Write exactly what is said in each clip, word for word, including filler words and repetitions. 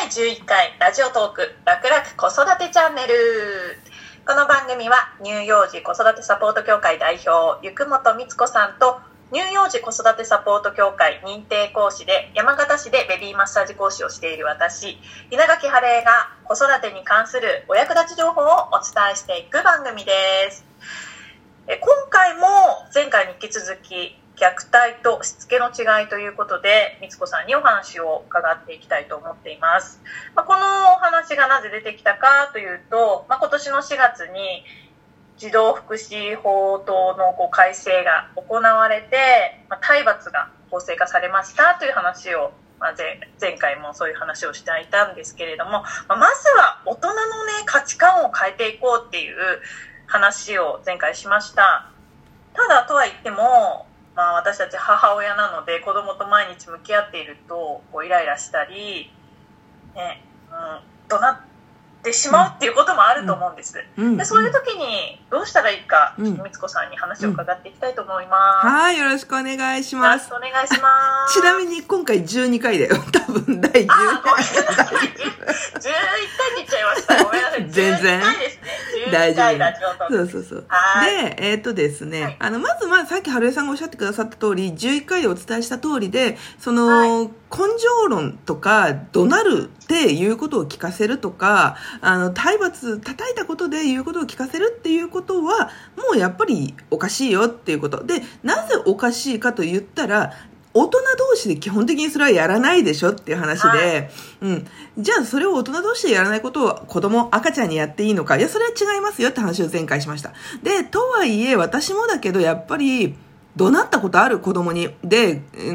いじゅういっかいラジオトーク楽々子育てチャンネル。この番組は乳幼児子育てサポート協会代表ゆくもとみつこさんと乳幼児子育てサポート協会認定講師で山形市でベビーマッサージ講師をしている私稲垣晴恵が子育てに関するお役立ち情報をお伝えしていく番組です。今回も前回に引き続き虐待としつけの違いということでみつこさんにお話を伺っていきたいと思っています。まあ、このお話がなぜ出てきたかというと、まあ、今年のしがつに児童福祉法等のこう改正が行われて、まあ、体罰が法制化されましたという話を、まあ、前, 前回もそういう話をしていたんですけれども、まあ、まずは大人の、ね、価値観を変えていこうっていう話を前回しました。ただとは言ってもまあ、私たち母親なので子供と毎日向き合っているとこうイライラしたり、ねうん、怒鳴ってしまうっていうこともあると思うんです、うんうん、でそういう時にどうしたらいいか、うん、みつこさんに話を伺っていきたいと思います、うん、 はい、よろしくお願いします。 よろしくお願いしますちなみに今回じゅうにかいだよ多分だいじゅうにかいあ、ごめんなさいじゅういっかいって言っちゃいましたごめんなさい全然じゅういっかいですね大丈夫。 そうそうそう。で、えっとですね、はい、あの、まずまあ、さっき春江さんがおっしゃってくださった通り、じゅういっかいでお伝えした通りで、その、はい、根性論とか、怒鳴るっていうことを聞かせるとか、あの、体罰、叩いたことで言うことを聞かせるっていうことは、もうやっぱりおかしいよっていうこと。で、なぜおかしいかと言ったら、大人同士で基本的にそれはやらないでしょっていう話で、はい、うん。じゃあそれを大人同士でやらないことを子供、赤ちゃんにやっていいのか。いや、それは違いますよって話を前回しました。で、とはいえ私もだけどやっぱり怒鳴ったことある子供に。で、うん、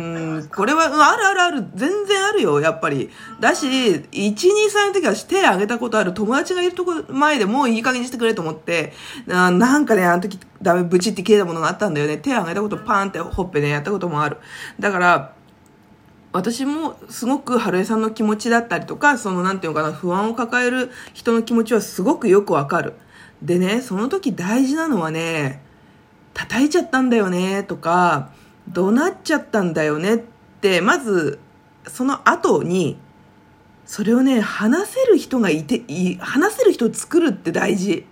これは、うん、あるあるある。全然あるよ、やっぱり。だし、いち、に、さんの時は手挙げたことある友達がいるとこ前でもういい加減にしてくれと思って、あなんかね、あの時ダメ、ブチって切れたものがあったんだよね。手挙げたことパーンってほっぺね、やったこともある。だから、私もすごく春江さんの気持ちだったりとか、そのなんていうのかな、不安を抱える人の気持ちはすごくよくわかる。でね、その時大事なのはね、叩いちゃったんだよねとか怒鳴っちゃったんだよねってまずその後にそれをね話せる人がいてい話せる人を作るって大事。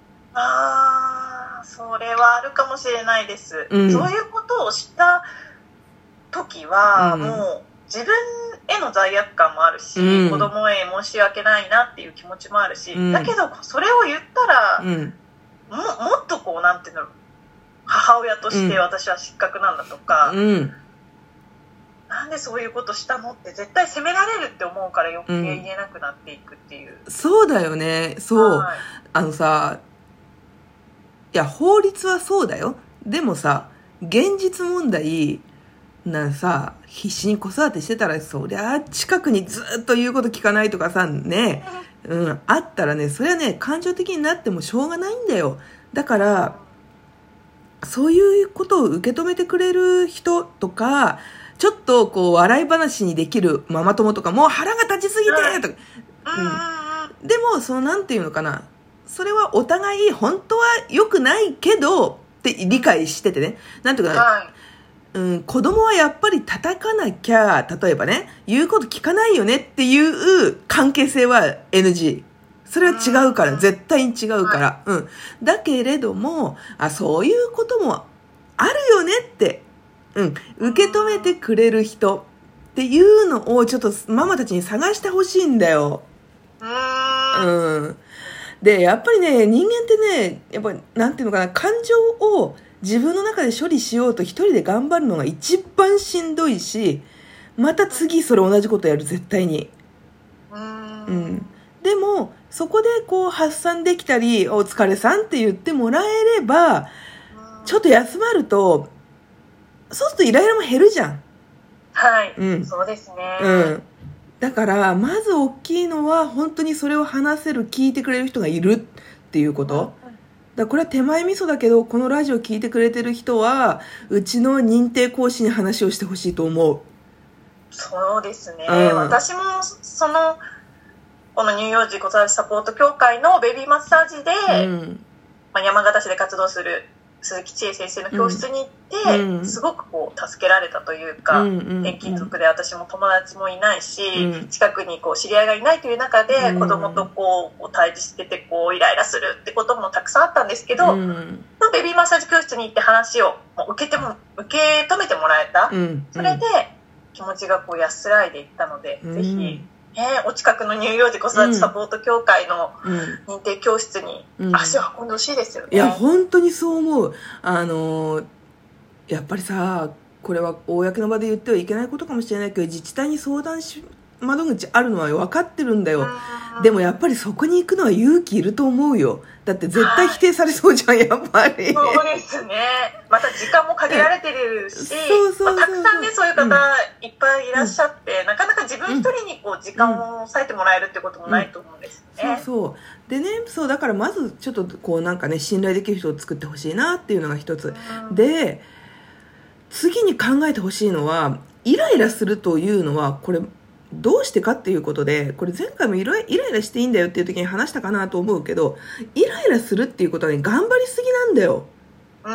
あーそれはあるかもしれないです、うん、そういうことをした時は、うん、もう自分への罪悪感もあるし、うん、子供へ申し訳ないなっていう気持ちもあるし、うん、だけどそれを言ったら、うん、も, もっとこうなんていうの母親として私は失格なんだとか、うん、なんでそういうことしたのって絶対責められるって思うから余計言えなくなっていくっていう、 うん、そうだよね。そう、はい、あのさいや法律はそうだよ。でもさ現実問題なさ必死に子育てしてたらそりゃ近くにずっと言うこと聞かないとかさね、うん、あったらねそれはね感情的になってもしょうがないんだよ。だからそういうことを受け止めてくれる人とか、ちょっとこう笑い話にできるママ友とかもう腹が立ちすぎてとか、うん、でもそのなんていうのかな、それはお互い本当は良くないけどって理解しててね、なんていうかな、はいうん、子供はやっぱり叩かなきゃ例えばね言うこと聞かないよねっていう関係性は エヌジー。それは違うから、絶対に違うから。うん。だけれども、あ、そういうこともあるよねって、うん。受け止めてくれる人っていうのをちょっとママたちに探してほしいんだよ。うん。で、やっぱりね、人間ってね、やっぱり、なんていうのかな、感情を自分の中で処理しようと一人で頑張るのが一番しんどいし、また次それ同じことやる、絶対に。うん。でも、そこでこう発散できたり、お疲れさんって言ってもらえれば、ちょっと休まると、そうするとイライラも減るじゃん。 はい。うん。そうですね。 うん。だから、まず大きいのは、本当にそれを話せる、聞いてくれる人がいるっていうこと。だからこれは手前味噌だけど、このラジオ聞いてくれてる人は、うちの認定講師に話をしてほしいと思う。 そうですね。うん、私も、その、この乳幼児子育てサポート協会のベビーマッサージで、うんまあ、山形市で活動する鈴木千恵先生の教室に行って、 うん、 すごくこう助けられたというか、 うんうんうん、 転勤族で私も友達もいないし、 うん、 近くにこう知り合いがいないという中で、 うん、 子供とこう対峙しててこうイライラするってこともたくさんあったんですけど、うん、ベビーマッサージ教室に行って話を受けても受け止めてもらえた、うん、それで気持ちがこう安らいでいったので、うん、ぜひね、お近くの乳幼児子育てサポート協会の認定教室に足を運んでほしいですよね、 うん、いや本当にそう思う。あのやっぱりさ、これは公の場で言ってはいけないことかもしれないけど、自治体に相談し窓口あるのは分かってるんだよ。でもやっぱりそこに行くのは勇気いると思うよ。だって絶対否定されそうじゃん、やっぱり。 そうですね。また時間も限られてるし、そうそうそうそう、まあ、たくさんねそういう方いっぱいいらっしゃって、うん、なかなか自分一人にこう時間を割いてもらえるってこともないと思うんですよね、 うんうん、そうそうでね、そうだからまずちょっとこうなんかね信頼できる人を作ってほしいなっていうのが一つ、うん、で次に考えてほしいのは、イライラするというのはこれどうしてかっていうことで、これ前回もイライラしていいんだよっていう時に話したかなと思うけど、イライラするっていうことはね、頑張りすぎなんだよ。うん。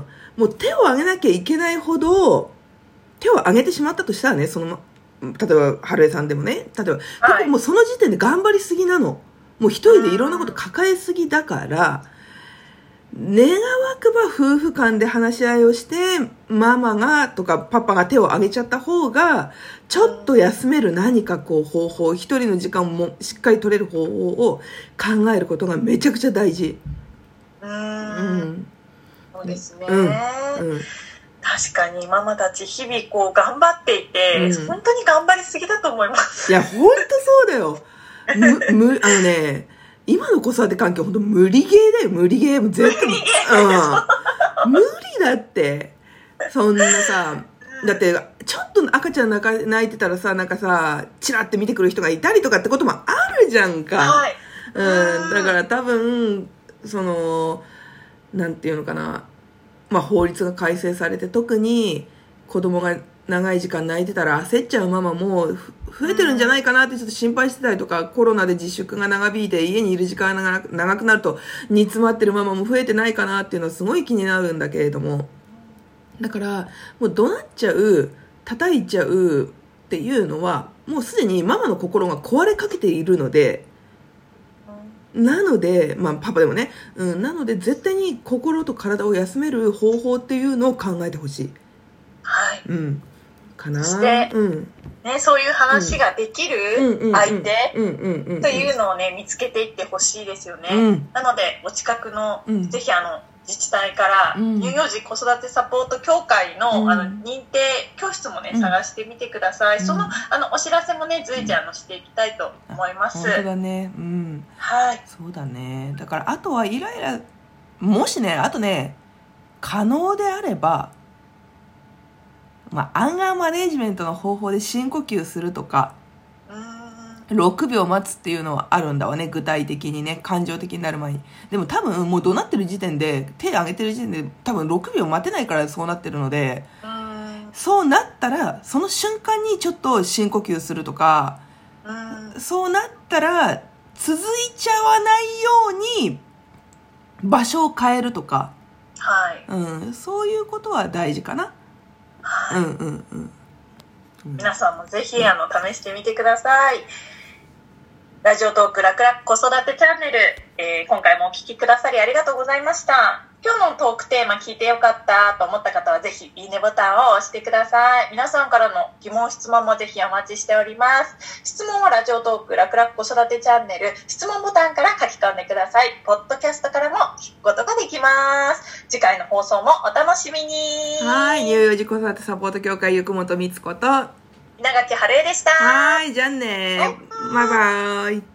もう手を挙げなきゃいけないほど、手を挙げてしまったとしたらね、その、例えば、春江さんでもね、例えば、はい、もうその時点で頑張りすぎなの。もう一人でいろんなこと抱えすぎだから、願わくば夫婦間で話し合いをしてママがとかパパが手を挙げちゃった方がちょっと休める何かこう方法、一人の時間もしっかり取れる方法を考えることがめちゃくちゃ大事。 うーん、うん、そうですね、うんうん、確かにママたち日々こう頑張っていて、うん、本当に頑張りすぎだと思います。 いや本当そうだよ。むむあのね今の子育て環境本当無理ゲーだよ、無理ゲー。も絶対、うん、無理だって。そんなさ、だってちょっと赤ちゃん泣いてたらさ、なんかさチラって見てくる人がいたりとかってこともあるじゃんか、はい、うん、だから多分そのなんていうのかな、まあ法律が改正されて特に子供が長い時間泣いてたら焦っちゃうママも増えてるんじゃないかなってちょっと心配してたりとか、コロナで自粛が長引いて家にいる時間が長くなると煮詰まってるママも増えてないかなっていうのはすごい気になるんだけれども、だからもう怒鳴っちゃう、叩いちゃうっていうのはもうすでにママの心が壊れかけているので、なので、まあパパでもね、うん、なので絶対に心と体を休める方法っていうのを考えてほしい。 はい。 うん。かな。 そして、 うんね、そういう話ができる相手というのをね見つけていってほしいですよね、うん、なのでお近くの、うん、ぜひあの自治体から、うん、乳幼児子育てサポート協会の、うん、あの認定教室もね、うん、探してみてください、うん、その、あのお知らせもね随時あのしていきたいと思います。 本当だね、うん、 はい、 そうだね。だからあとはイライラ、もしねあとね可能であれば、まあ、アンガーマネジメントの方法で深呼吸するとか、ろくびょう待つっていうのはあるんだわね、具体的にね、感情的になる前に。でも多分もう怒鳴ってる時点で、手挙げてる時点で多分ろくびょう待てないからそうなってるので、そうなったらその瞬間にちょっと深呼吸するとか、そうなったら続いちゃわないように場所を変えるとか、 はい、 うん、そういうことは大事かな。 はい、 うんうんうん、 皆さんもぜひあの試してみてください。ラジオトーク楽々子育てチャンネル、えー、今回もお聞きくださりありがとうございました。今日のトークテーマ聞いてよかったと思った方はぜひいいねボタンを押してください。皆さんからの疑問質問もぜひお待ちしております。質問はラジオトーク楽々子育てチャンネル質問ボタンから書き込んでください。ポッドキャストからも聞くことができます。次回の放送もお楽しみに。 はい、乳幼児子育てサポート協会ゆくもとみつこと稲垣春恵でした。 はい、じゃあね、バイバイ。